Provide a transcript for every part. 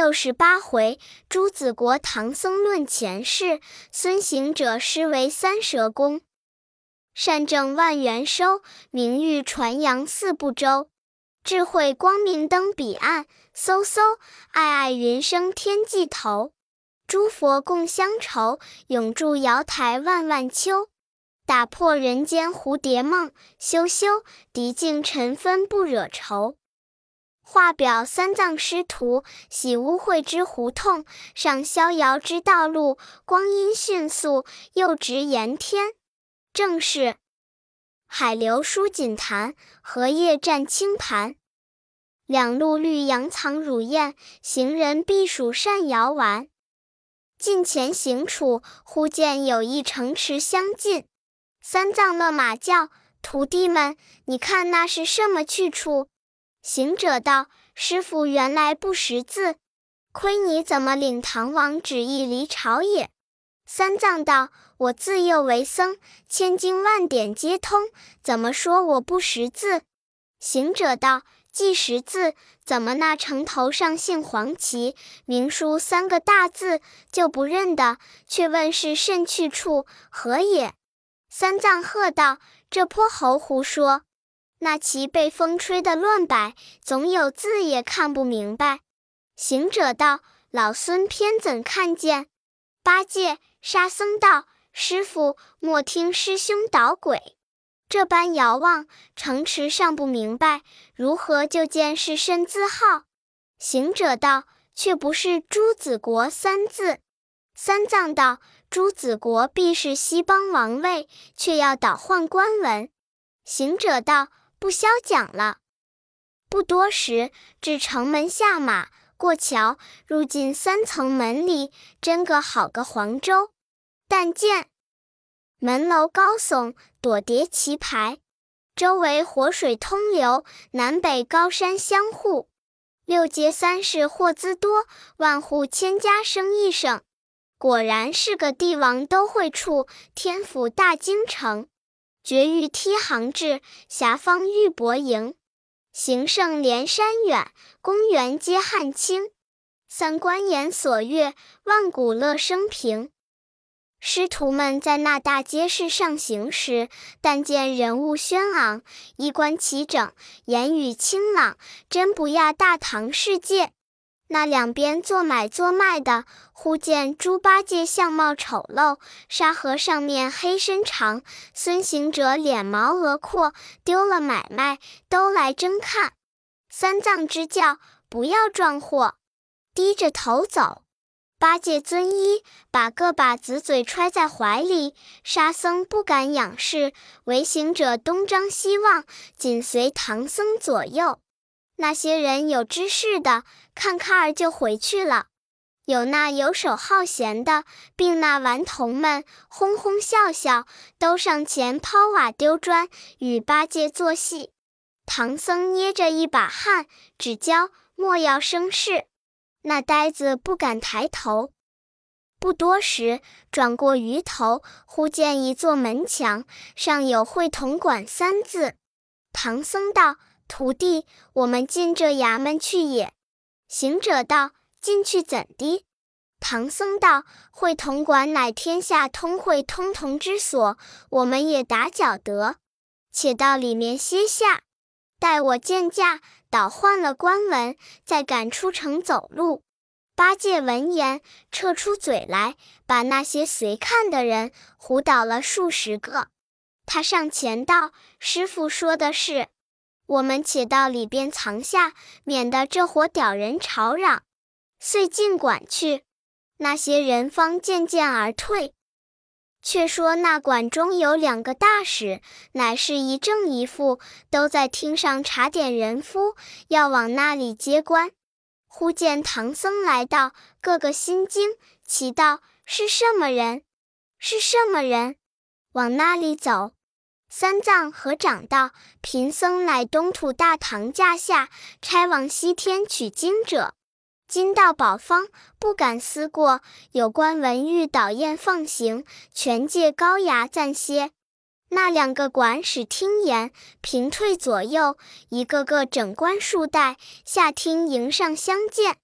68回，朱子国唐僧论前世，孙行者施为三蛇功。善政万元收，名誉传扬四部洲。智慧光明登彼岸，嗖嗖，爱爱云生天际头。诸佛共相酬，永驻瑶台万万秋。打破人间蝴蝶梦，羞羞，涤净尘纷不惹愁。画表三藏师徒，洗污秽之胡同，上逍遥之道路，光阴迅速，又直延天。正是海流疏锦潭，荷叶占清盘。两路绿杨藏乳燕，行人避暑善遥玩。近前行处，忽见有一城池相近。三藏勒马叫：“徒弟们，你看那是什么去处？”行者道：“师父原来不识字，亏你怎么领唐王旨意离朝也？”三藏道：“我自幼为僧，千经万典皆通，怎么说我不识字？”行者道：“既识字，怎么那城头上姓黄旗，明书三个大字，就不认得？却问是甚去处，何也？”三藏喝道：“这泼猴胡说！那旗被风吹得乱摆，总有字也看不明白。”行者道：“老孙偏怎看见？”八戒、沙僧道：“师父，莫听师兄捣鬼，这般遥望，城池尚不明白，如何就见是甚字号？”行者道：“却不是朱子国三字。”三藏道：“朱子国必是西邦王位，却要倒换官文。”行者道：“不消讲了。”不多时，至城门下马，过桥，入进三层门里，真个好个黄州。但见门楼高耸，朵叠棋牌，周围活水通流，南北高山相护。六街三市货资多，万户千家生意盛。果然是个帝王都会处，天府大京城。绝域梯行至，遐方玉帛营。行胜连山远，公园皆汉清。三官严所阅，万古乐生平。师徒们在那大街市上行时，但见人物轩昂，衣冠齐整，言语清朗，真不亚大唐世界。那两边做买做卖的，忽见猪八戒相貌丑陋，沙和尚面黑身长，孙行者脸毛额阔，丢了买卖，都来争看。三藏之叫：“不要撞祸！”低着头走。八戒遵依，把个把子嘴揣在怀里，沙僧不敢仰视，唯行者东张西望，紧随唐僧左右。那些人有知识的，看看儿就回去了；有那游手好闲的，并那顽童们，哄哄笑笑，都上前抛瓦丢砖，与八戒作戏。唐僧捏着一把汗，只教莫要生事。那呆子不敢抬头。不多时，转过鱼头，忽见一座门墙，上有会同馆三字。唐僧道：“徒弟，我们进这衙门去也。”行者道：“进去怎的？”唐僧道：“会同馆乃天下通会通同之所，我们也打搅得，且到里面歇下，待我见驾，倒换了官文，再赶出城走路。”八戒闻言，撤出嘴来，把那些随看的人唬倒了数十个。他上前道：“师父说的是，我们且到里边藏下，免得这伙屌人吵嚷。”遂进馆去，那些人方渐渐而退。却说那馆中有两个大使，乃是一正一负，都在厅上查点人夫，要往那里接官。忽见唐僧来到，个个心惊，奇道：“是什么人？是什么人？往那里走？”三藏合掌道：“贫僧乃东土大唐驾下，差往西天取经者。今到宝方，不敢思过，有关文玉倒宴放行，权借高衙暂歇。”那两个管使听言，平退左右，一个个整冠束带，下厅迎上相见。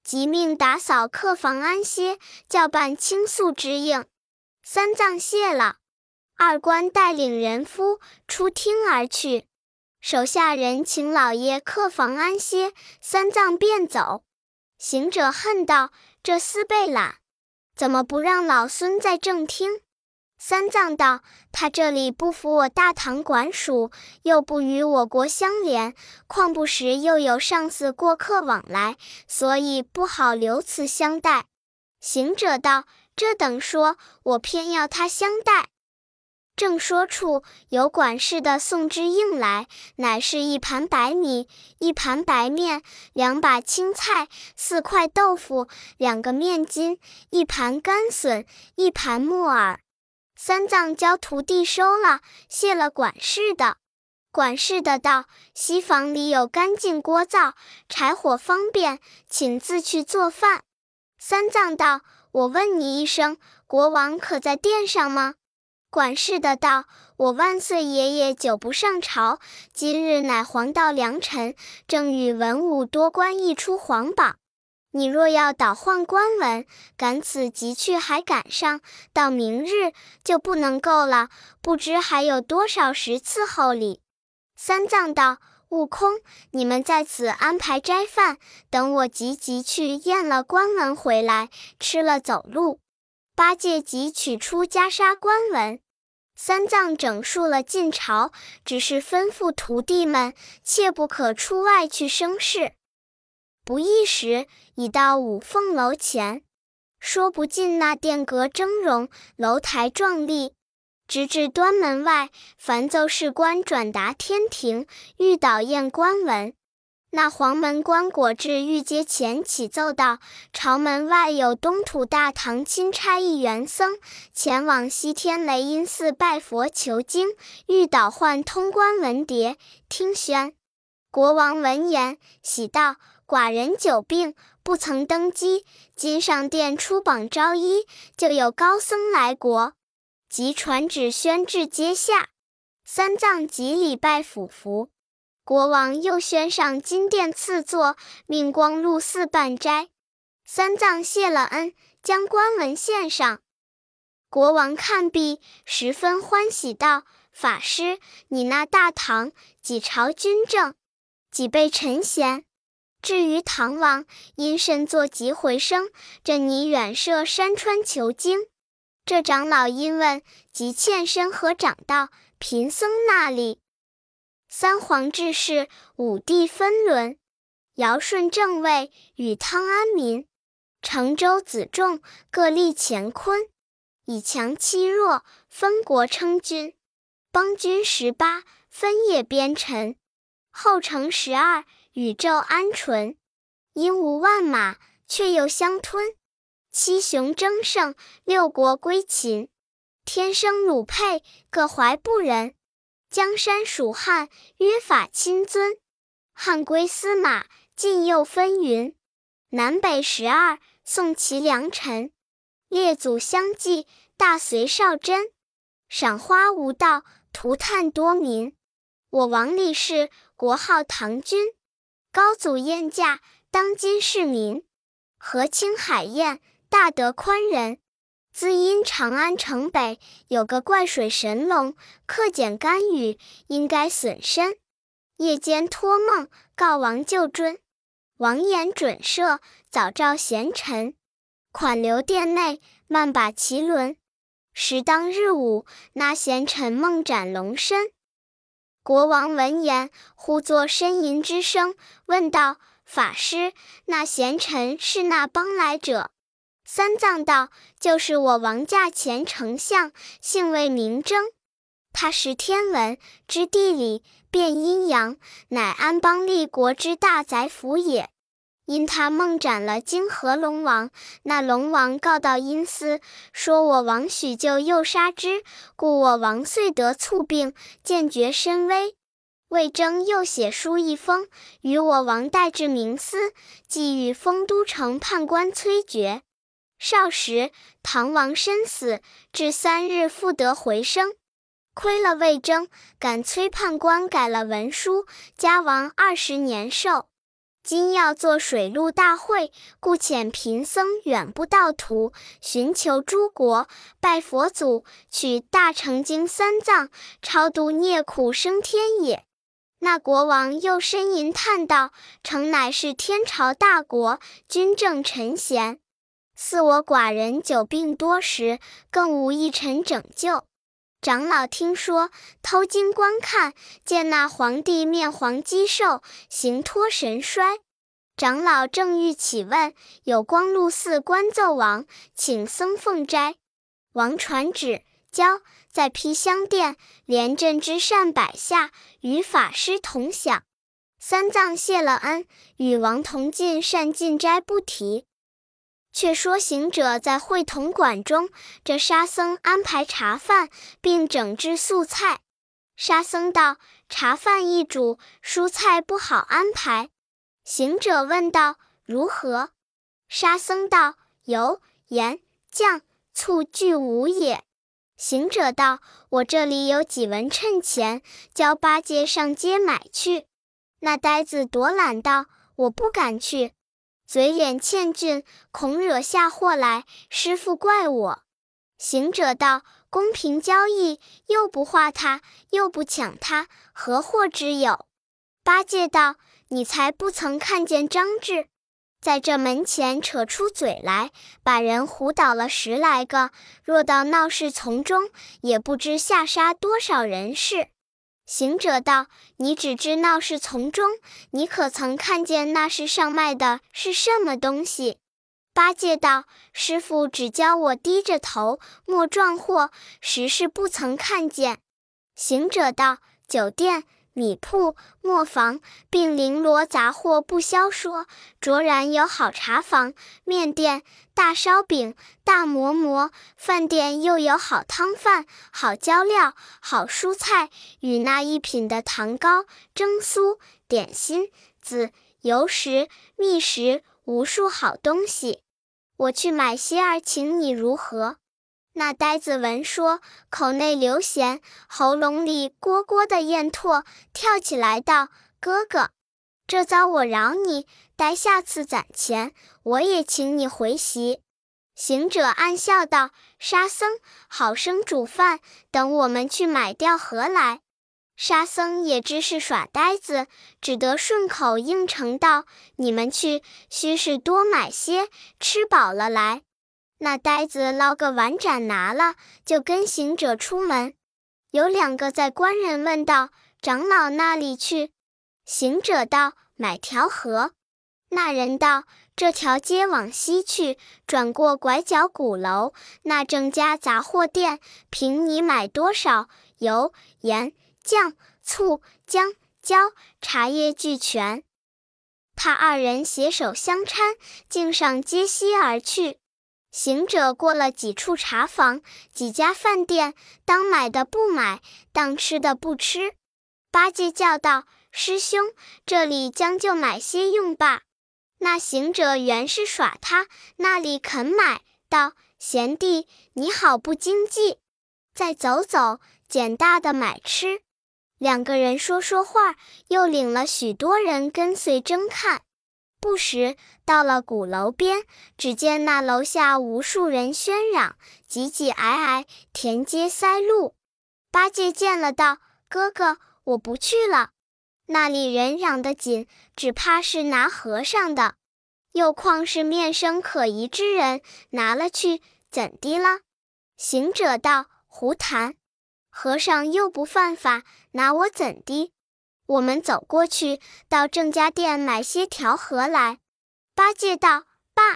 即命打扫客房安歇，叫办倾诉之应。三藏谢了，二官带领人夫出厅而去。手下人请老爷客房安歇，三藏便走。行者恨道：这厮被懒，怎么不让老孙在正厅？三藏道：他这里不服我大唐管属，又不与我国相连，况不时又有上司过客往来，所以不好留此相待。行者道：这等说，我偏要他相待。正说处，有管事的送之应来，乃是一盘白米，一盘白面，2把青菜，4块豆腐，2个面筋，一盘干笋，一盘木耳。三藏教徒弟收了，谢了管事的。管事的道：西房里有干净锅灶，柴火方便，请自去做饭。三藏道：我问你一声，国王可在殿上吗？管事的道：我万岁爷爷久不上朝，今日乃黄道良辰，正与文武多官一出皇榜。你若要倒换官文，赶此即去还赶上，到明日就不能够了，不知还有多少时伺候礼。三藏道：悟空，你们在此安排斋饭，等我急去验了官文回来，吃了走路。八戒即取出袈裟官文，三藏整述了晋朝，只是吩咐徒弟们切不可出外去生事。不一时，已到五凤楼前，说不尽那殿阁峥嵘，楼台壮丽。直至端门外，凡奏事官转达天庭，欲导验官文。那黄门官果至御阶前启奏道：朝门外有东土大唐钦差一员僧，前往西天雷音寺拜佛求经，欲导换通关文牒，听宣。国王闻言，喜道：寡人久病，不曾登基，今上殿出榜招医，就有高僧来国，即传旨宣至阶下。三藏即礼拜俯伏。国王又宣上金殿赐座，命光禄寺办斋。三藏谢了恩，将官文献上。国王看毕，十分欢喜道：法师，你那大唐几朝军政，几辈臣贤？至于唐王因甚作急回生，这你远涉山川求经。这长老因问，即欠身合掌道：贫僧那里？三皇治世，五帝分伦，尧舜正位，禹汤安民，成周子仲，各立乾坤，以强欺弱，分国称君。邦君18，分业边臣，后成12，宇宙安淳。因无万马，却又相吞，七雄争胜，六国归秦。天生鲁沛，各怀不仁。江山属汉，约法亲尊。汉归司马，晋又分云。南北12，宋齐梁陈。列祖相继，大隋少真。赏花无道，涂炭多民。我王李氏，国号唐君。高祖燕驾，当今市民。和清海晏，大德宽仁。自因长安城北有个怪水神龙，克俭甘雨，因该损身。夜间托梦，告王救尊。王言准赦，早召贤臣。款留殿内，慢把其轮。时当日午，那贤臣梦斩龙身。国王闻言，忽作呻吟之声，问道：法师，那贤臣是那帮来者？三藏道：就是我王驾前丞相，姓魏名征。他识天文，知地理，辨阴阳，乃安邦立国之大宰辅也。因他梦斩了泾河龙王，那龙王告到阴司，说我王许就诱杀之，故我王遂得猝病，渐觉身危。魏征又写书一封，与我王带至明司，即与丰都城判官崔决。少时，唐王身死，至3日复得回生。亏了魏征，赶崔判官改了文书，加王20年寿。 今要做水陆大会，故遣贫僧远步道途，寻求诸国，拜佛祖，取大乘经三藏，超度孽苦升天也。那国王又呻吟叹道：诚乃是天朝大国，君正臣贤。似我寡人久病多时，更无一臣拯救。长老听说，偷经观看，见那皇帝面黄肌瘦，形脱神衰。长老正欲起问，有光禄寺官奏王，请僧奉斋。王传旨，交在披香殿，廉朕之善摆下，与法师同享。三藏谢了恩，与王同进善进斋不提。却说行者在会同馆中，这沙僧安排茶饭，并整治素菜。沙僧道：茶饭易煮，蔬菜不好安排。行者问道：如何？沙僧道：油、盐、酱、醋俱无也。行者道：我这里有几文趁钱，叫八戒上街买去。那呆子躲懒道：我不敢去，嘴脸欠俊，恐惹下祸来，师父怪我。行者道：公平交易，又不化他，又不抢他，何祸之有？八戒道：你才不曾看见张志在这门前扯出嘴来，把人唬倒了10来个，若到闹市丛中，也不知下杀多少人士。行者道：你只知闹市丛中，你可曾看见那市上卖的是什么东西？八戒道：师父只教我低着头，莫撞祸，实是不曾看见。行者道：酒店、米铺、磨坊，并绫罗杂货不消说，卓然有好茶坊、面店、大烧饼、大馍馍，饭店又有好汤饭、好椒料、好蔬菜，与那一品的糖糕、蒸酥、点心、子、油食、蜜食，无数好东西。我去买些儿请你如何？那呆子闻说，口内流涎，喉咙里聒聒的咽唾，跳起来道：哥哥，这遭我饶你，待下次攒钱，我也请你回席。行者暗笑道：沙僧，好生煮饭，等我们去买吊盒来。沙僧也知是耍呆子，只得顺口应承道：你们去，须是多买些，吃饱了来。那呆子捞个碗盏拿了，就跟行者出门。有2个在官人问道：长老那里去？行者道：买条河。那人道：这条街往西去，转过拐角鼓楼，那郑家杂货店，凭你买多少？油、盐、酱、醋、姜、椒，茶叶俱全。他2人携手相搀，径上街西而去。行者过了几处茶坊，几家饭店，当买的不买，当吃的不吃。八戒叫道：师兄，这里将就买些用罢。那行者原是耍他，那里肯买，道：贤弟，你好不经济，再走走，捡大的买吃。2个人说话，又领了许多人跟随争看。不时到了鼓楼边，只见那楼下无数人喧嚷，挤挤挨挨，填街塞路。八戒见了道：哥哥，我不去了，那里人嚷得紧，只怕是拿和尚的，又况是面生可疑之人，拿了去怎的了？行者道：胡谈，和尚又不犯法，拿我怎的？我们走过去，到郑家店买些条盒来。八戒道：爸，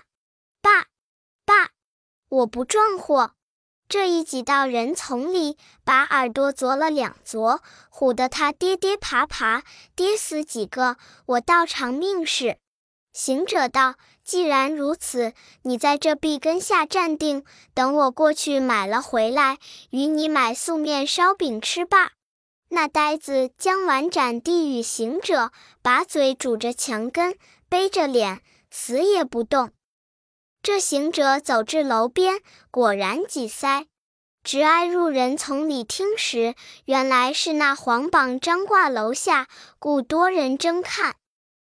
我不撞祸。这一挤到人丛里，把耳朵啄了2啄，唬得他跌跌爬爬，跌死几个，我倒偿命使。行者道：既然如此，你在这壁根下站定，等我过去买了回来，与你买素面烧饼吃罢。那呆子将碗盏递与行者，把嘴拄着墙根，背着脸，死也不动。这行者走至楼边，果然挤塞，直挨入人丛里听时，原来是那黄榜张挂楼下，故多人争看。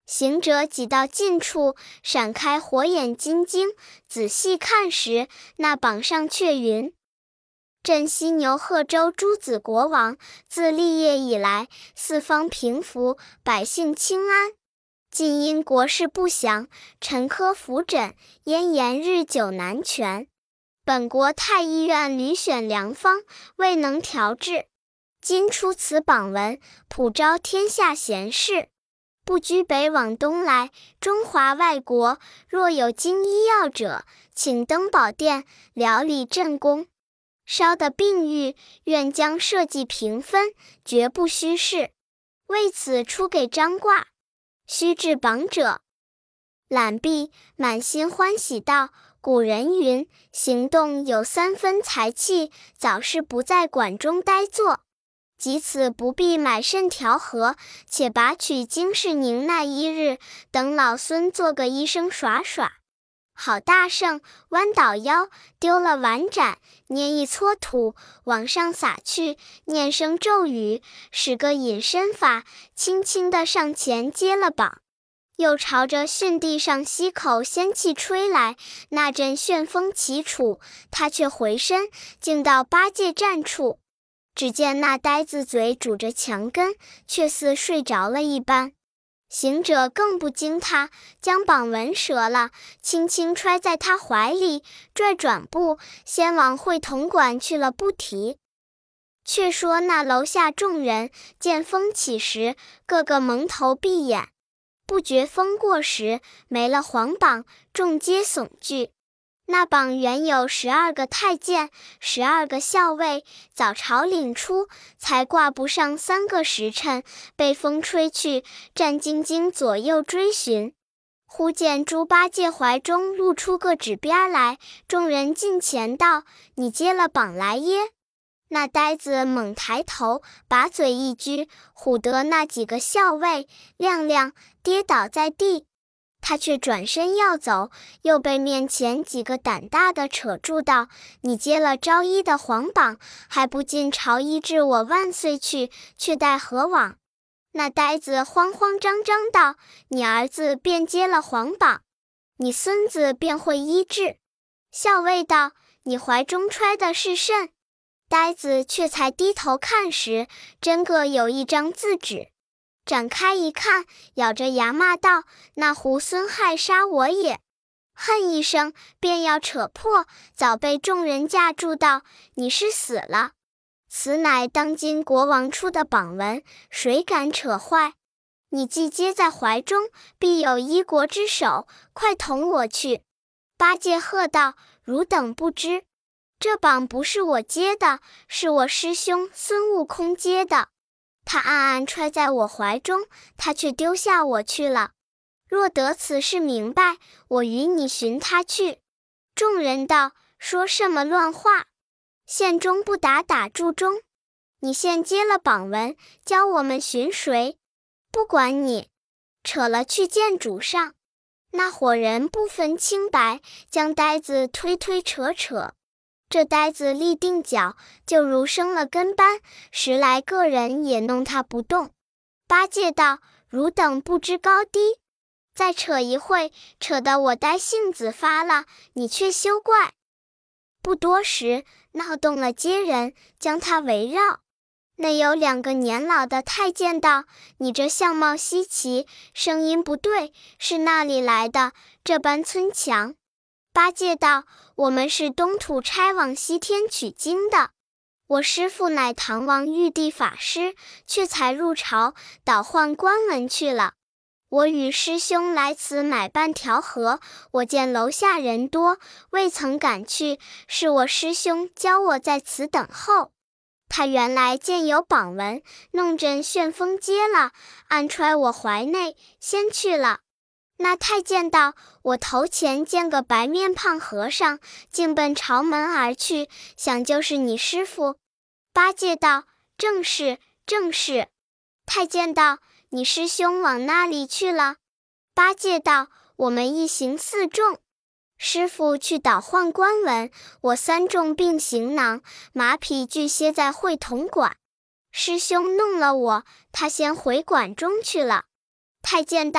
行者挤到近处，闪开火眼金睛，仔细看时，那榜上却云：镇西牛贺州诸子国王，自立业以来，四方平服，百姓清安。今因国事不详，臣科扶诊，咽炎日久难全。本国太医院屡选良方，未能调治。今出此榜文，普招天下贤士，不居北往东来，中华外国，若有经医药者，请登宝殿，疗理朕功。烧得病愈，愿将社稷平分，绝不虚事。为此出给张挂，须至榜者。览毕，满心欢喜道：古人云，行动有3分才气，早是不在馆中呆坐。即此不必买肾调和，且拔取经世宁耐1日，等老孙做个医生耍耍。好大圣，弯倒腰，丢了碗盏，捏一撮土，往上撒去，念声咒语，使个隐身法，轻轻地上前接了榜。又朝着巽地上吸口仙气吹来，那阵旋风起处，他却回身，竟到八戒站处。只见那呆子嘴拄着墙根，却似睡着了一般。行者更不惊他，将榜文折了，轻轻揣在他怀里，拽转步，先往会同馆去了不提。却说那楼下众人见风起时，个个蒙头闭眼，不觉风过时，没了皇榜，众皆悚惧。那榜原有12个太监，12个校尉，早朝领出，才挂不上3个时辰，被风吹去，战兢兢左右追寻。忽见猪八戒怀中露出个纸边来，众人近前道：你接了榜来耶？那呆子猛抬头，把嘴一撅，唬得那几个校尉亮亮跌倒在地。他却转身要走，又被面前几个胆大的扯住道：你接了招医的皇榜，还不进朝医治我万岁去，却待何往？那呆子慌慌张张道：你儿子便接了皇榜，你孙子便会医治。校尉道：你怀中揣的是甚？呆子却才低头看时，真个有一张字纸。展开一看，咬着牙骂道：那猢狲害杀我也！恨一声，便要扯破，早被众人架住道：你是死了！此乃当今国王出的榜文，谁敢扯坏？你既接在怀中，必有一国之首，快同我去！八戒喝道：汝等不知，这榜不是我接的，是我师兄孙悟空接的。他暗暗揣在我怀中，他却丢下我去了。若得此事明白，我与你寻他去。众人道：说什么乱话？县中不打，打住中。你现接了榜文，教我们寻谁？不管你，扯了去见主上。那伙人不分青白，将呆子推推扯扯。这呆子立定脚，就如生了跟班，10来个人也弄他不动。八戒道：汝等不知高低，再扯一会，扯得我呆性子发了，你却休怪。不多时，闹动了街人，将他围绕。内有2个年老的太监道：你这相貌稀奇，声音不对，是那里来的这般村强？八戒道：我们是东土差往西天取经的，我师父乃唐王玉帝法师，却才入朝，倒换官文去了。我与师兄来此买办调和，我见楼下人多，未曾赶去，是我师兄教我在此等候。他原来见有榜文，弄阵旋风接了，暗揣我怀内，先去了。那太监道：我头前见个白面胖和尚，竟奔朝门而去，想就是你师父。八戒道：正是，正是。太监道：你师兄往那里去了？八戒道：我们一行4众，师父去倒换官文，我3众并行囊，马匹俱歇在会同馆。师兄弄了我，他先回馆中去了。太监道：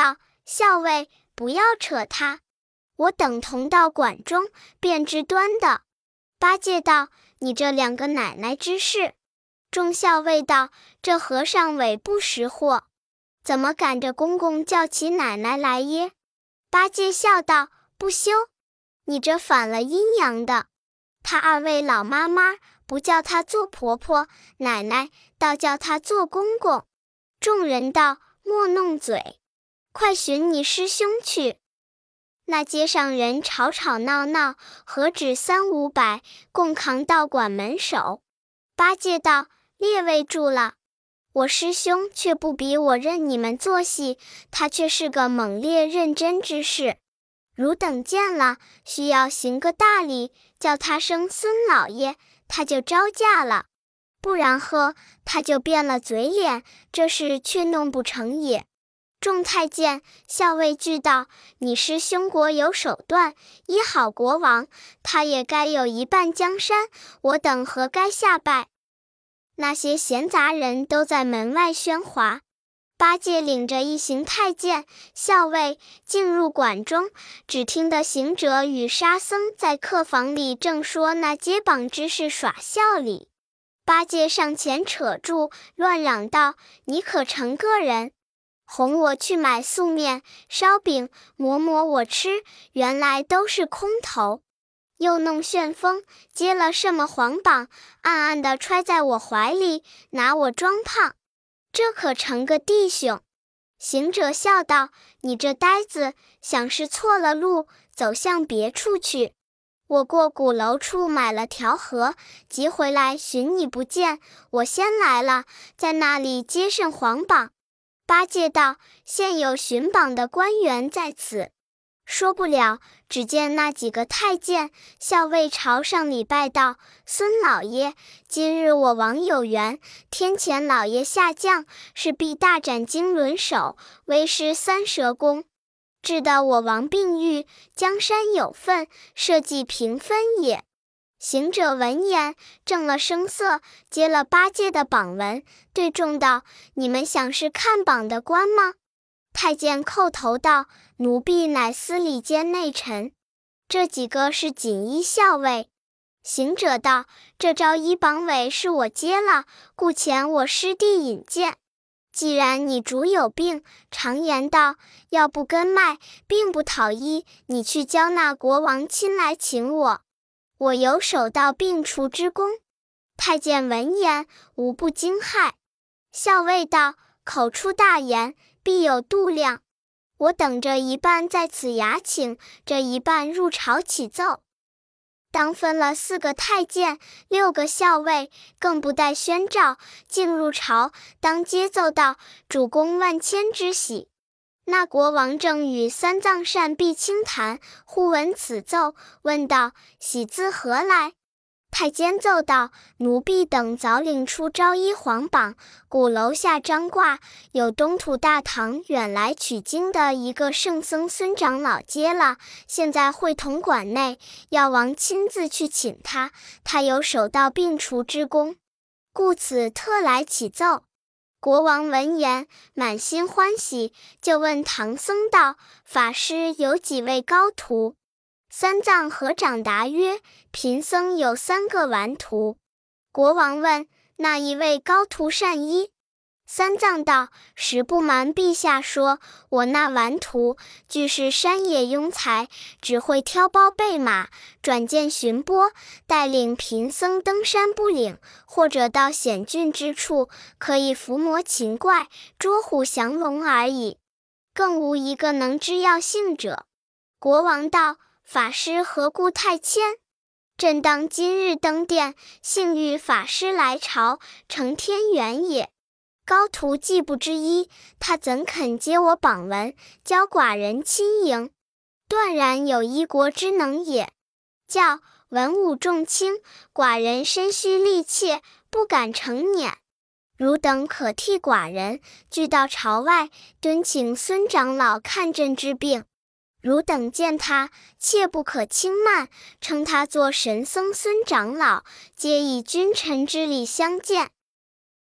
校尉，不要扯他，我等同到馆中，便知端的。八戒道：你这两个奶奶之事。众校尉道：这和尚伪不识货，怎么赶着公公叫起奶奶来耶？八戒笑道：不休，你这反了阴阳的。他二位老妈妈不叫他做婆婆奶奶，倒叫他做公公。众人道：莫弄嘴，快寻你师兄去。那街上人吵吵闹闹，何止3、500，共扛到馆门首。八戒道：列位住了，我师兄却不比我认你们做戏，他却是个猛烈认真之士。汝等见了，需要行个大礼，叫他生孙老爷，他就招架了；不然呵，他就变了嘴脸，这事却弄不成也。众太监校尉俱道：你师兄国有手段，医好国王，他也该有一半江山，我等何该下拜？那些闲杂人都在门外喧哗。八戒领着一行太监校尉进入馆中，只听得行者与沙僧在客房里正说那接榜之事耍笑里。八戒上前扯住，乱嚷道：你可成个人，哄我去买素面烧饼馍馍我吃，原来都是空头。又弄旋风，接了什么黄榜，暗暗地揣在我怀里，拿我装胖，这可成个弟兄。行者笑道：你这呆子，想是错了路，走向别处去。我过鼓楼处买了条河，急回来寻你不见，我先来了，在那里接甚黄榜。八戒道：现有巡榜的官员在此。说不了，只见那几个太监校尉朝上礼拜道：孙老爷，今日我王有缘，天前老爷下降，是必大展经纶手，为师三蛇功，治得我王病愈，江山有份，社稷平分也。行者闻言正了声色，接了八戒的榜文，对众道：你们想是看榜的官吗？太监叩头道：奴婢乃司礼监内臣。这几个是锦衣校尉。行者道：这招一榜尾是我接了，故前我师弟引荐。既然你主有病，常言道：药不根脉，病不讨医，你去教那国王亲来请我，我有手到病除之功。太监闻言无不惊骇。校尉道：口出大言，必有度量。我等着一半在此衙请，这一半入朝启奏。当分了4个太监，6个校尉，更不待宣召，进入朝，当接奏道：主公万千之喜。那国王正与3藏善毕清谈，忽闻此奏，问道：喜自何来？太监奏道：奴婢等早领出招医黄榜，鼓楼下张挂，有东土大唐远来取经的一个圣僧孙长老接了，现在会同馆内，药王亲自去请他，他有手到病除之功，故此特来启奏。国王闻言满心欢喜，就问唐僧道：法师有几位高徒？三藏合掌答曰：贫僧有3个顽徒。国王问：那一位高徒善医？三藏道：实不瞒陛下说，我那顽徒俱是山野庸才，只会挑包备马，转剑寻波，带领贫僧登山不岭，或者到险峻之处，可以伏魔擒怪，捉虎降龙而已，更无一个能知药性者。国王道：法师何故太谦？朕当今日登殿，幸遇法师来朝，承天缘也。高徒既不知医，他怎肯接我榜文，教寡人亲迎？断然有医国之能也。叫文武重轻，寡人身虚力怯，不敢承辇。汝等可替寡人俱到朝外，敦请孙长老看朕之病。汝等见他，切不可轻慢，称他做神僧孙长老，皆以君臣之礼相见。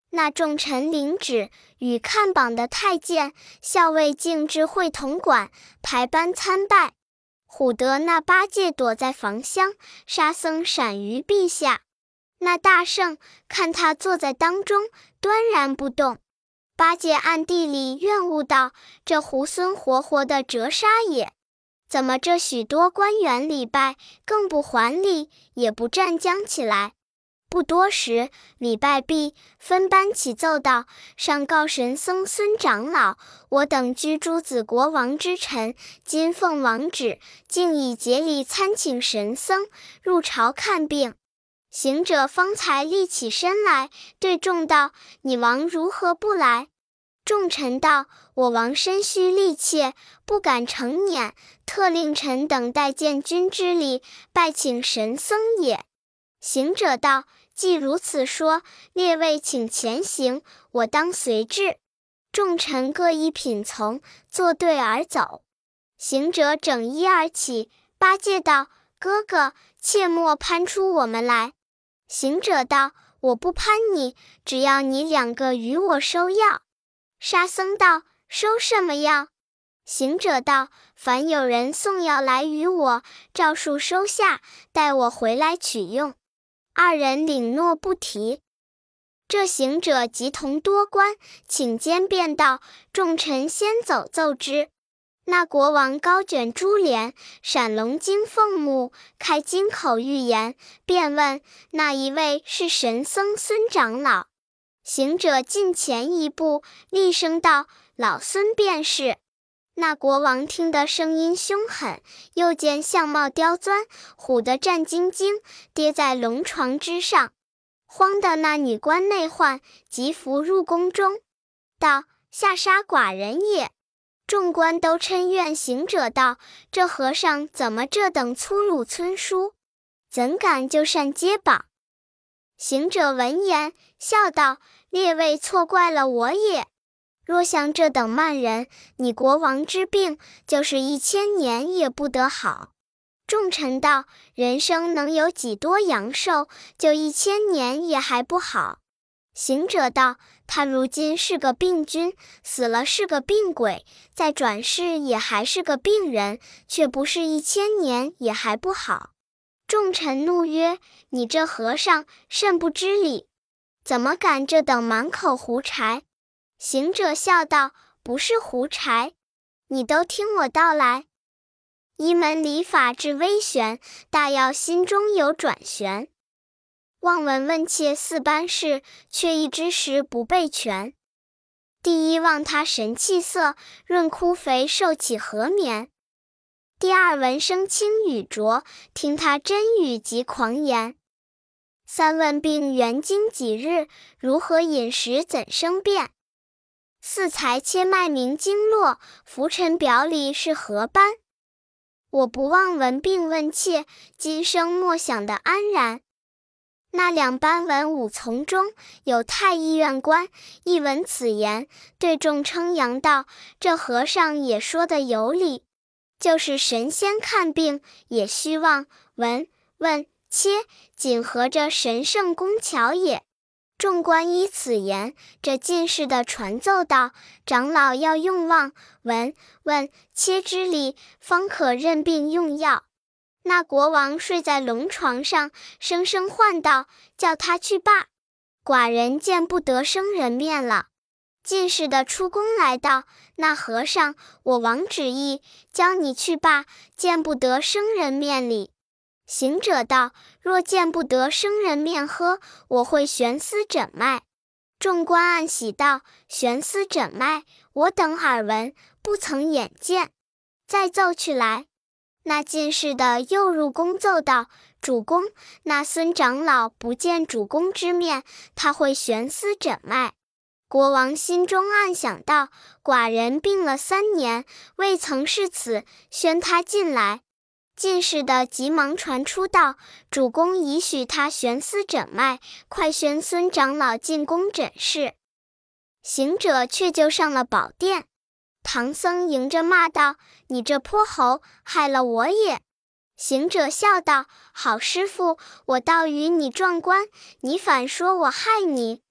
那众臣领旨，与看榜的太监、校尉径至会同馆，排班参拜。唬得那八戒躲在房厢，沙僧闪于壁下。那大圣看他坐在当中，端然不动。八戒暗地里怨恶道：这猢狲活活的折杀也！怎么这许多官员礼拜，更不还礼，也不站将起来？不多时，礼拜毕，分班起奏道：上告神僧孙长老，我等居诸子国王之臣，今奉王旨，竟以节礼参请神僧入朝看病。行者方才立起身来，对众道：你王如何不来？众臣道：我王身虚力怯，不敢承辇，特令臣等代见君之礼，拜请神僧也。行者道：既如此说，列位请前行，我当随至。众臣各一品从，作对而走。行者整衣而起，八戒道：哥哥，切莫攀出我们来。行者道：我不攀你，只要你两个与我收药。沙僧道：收什么药？行者道：凡有人送药来与我，照数收下，待我回来取用。二人领诺不提。这行者即同多官请监便道：众臣先走奏之。那国王高卷珠帘，闪龙睛凤目，开金口欲言，便问那一位是神僧孙长老。行者近前一步，厉声道：老孙便是。那国王听得声音凶狠，又见相貌刁钻，唬得战兢兢，跌在龙床之上。慌的那女官内患，即伏入宫中，道：下杀寡人也。众官都嗔怨行者道：这和尚怎么这等粗鲁村书？怎敢就擅接绑？行者闻言，笑道：列位错怪了我也。若像这等慢人，你国王之病，就是1000年也不得好。众臣道：人生能有几多阳寿，就1000年也还不好。行者道：他如今是个病君，死了是个病鬼，再转世也还是个病人，却不是1000年也还不好。众臣怒曰：你这和尚甚不知礼，怎么敢这等满口胡柴？行者笑道：不是胡柴，你都听我道来。一门礼法至微玄，大要心中有转旋。望闻问切4般事，却一知时不备全。第一望他神气色，润枯肥瘦起和绵。第二闻声轻语浊，听他真语及狂言。三问病原经几日，如何饮食怎生变？四才切脉明经络，浮尘表里是何般？我不忘闻病问切，今生莫想得安然。那2班文武从中，有太医院官，一闻此言，对众称扬道：这和尚也说得有理，就是神仙看病，也须望闻问切，仅合着神圣工巧也。众官依此言，这进士的传奏道：长老要用望闻问切之理，方可认病用药。那国王睡在龙床上，声声唤道：叫他去罢，寡人见不得生人面了。进士的出宫来道：那和尚，我王旨意，教你去罢，见不得生人面里。行者道：若见不得生人面呵，我会悬丝诊脉。众官暗喜道：悬丝诊脉，我等耳闻，不曾眼见，再奏去来。那进士的又入宫奏道：主公，那孙长老不见主公之面，他会悬丝诊脉。国王心中暗想道：寡人病了3年，未曾是此，宣他进来。进士的急忙传出道：主公已许他悬丝诊脉，快宣孙长老进宫诊视。行者却就上了宝殿。唐僧迎着骂道：你这泼猴，害了我也。行者笑道：好师父，我倒与你撞官，你反说我害你。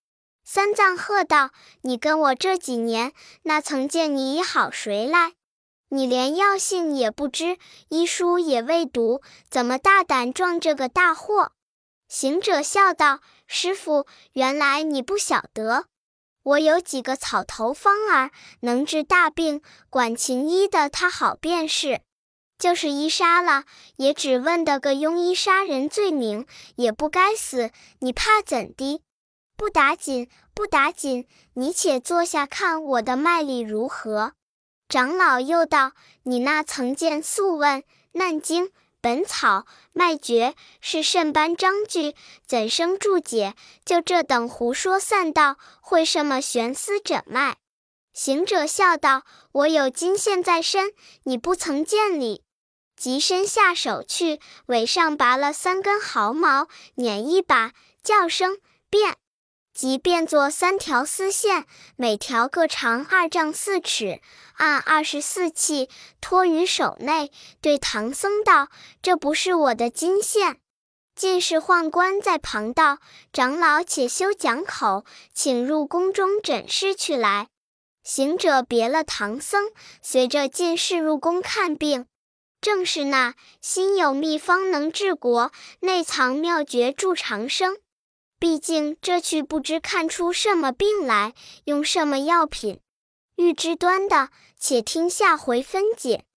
三藏喝道：“你跟我这几年，那曾见你医好谁来？你连药性也不知，医书也未读，怎么大胆撞这个大祸？”行者笑道：“师傅，原来你不晓得，我有几个草头方儿，能治大病，管情医的他好便是。就是医杀了，也只问得个庸医杀人罪名，也不该死，你怕怎的？不打紧，不打紧，你且坐下看我的脉力如何。”长老又道：“你那曾见《素问》《难经》《本草》《脉诀》是甚般章句，怎生注解？就这等胡说散道，会什么悬丝诊脉？”行者笑道：“我有金线在身，你不曾见哩。”即伸下手去，尾上拔了3根毫毛，捻一把，叫声变，即变作3条丝线，每条各长2丈4尺，按24气，托于手内，对唐僧道：“这不是我的金线。”进士宦官在旁道：“长老且休讲口，请入宫中诊视去来。”行者别了唐僧，随着进士入宫看病。正是那心有秘方能治国，内藏妙诀助长生。毕竟这去不知看出什么病来，用什么药品。欲知端的，且听下回分解。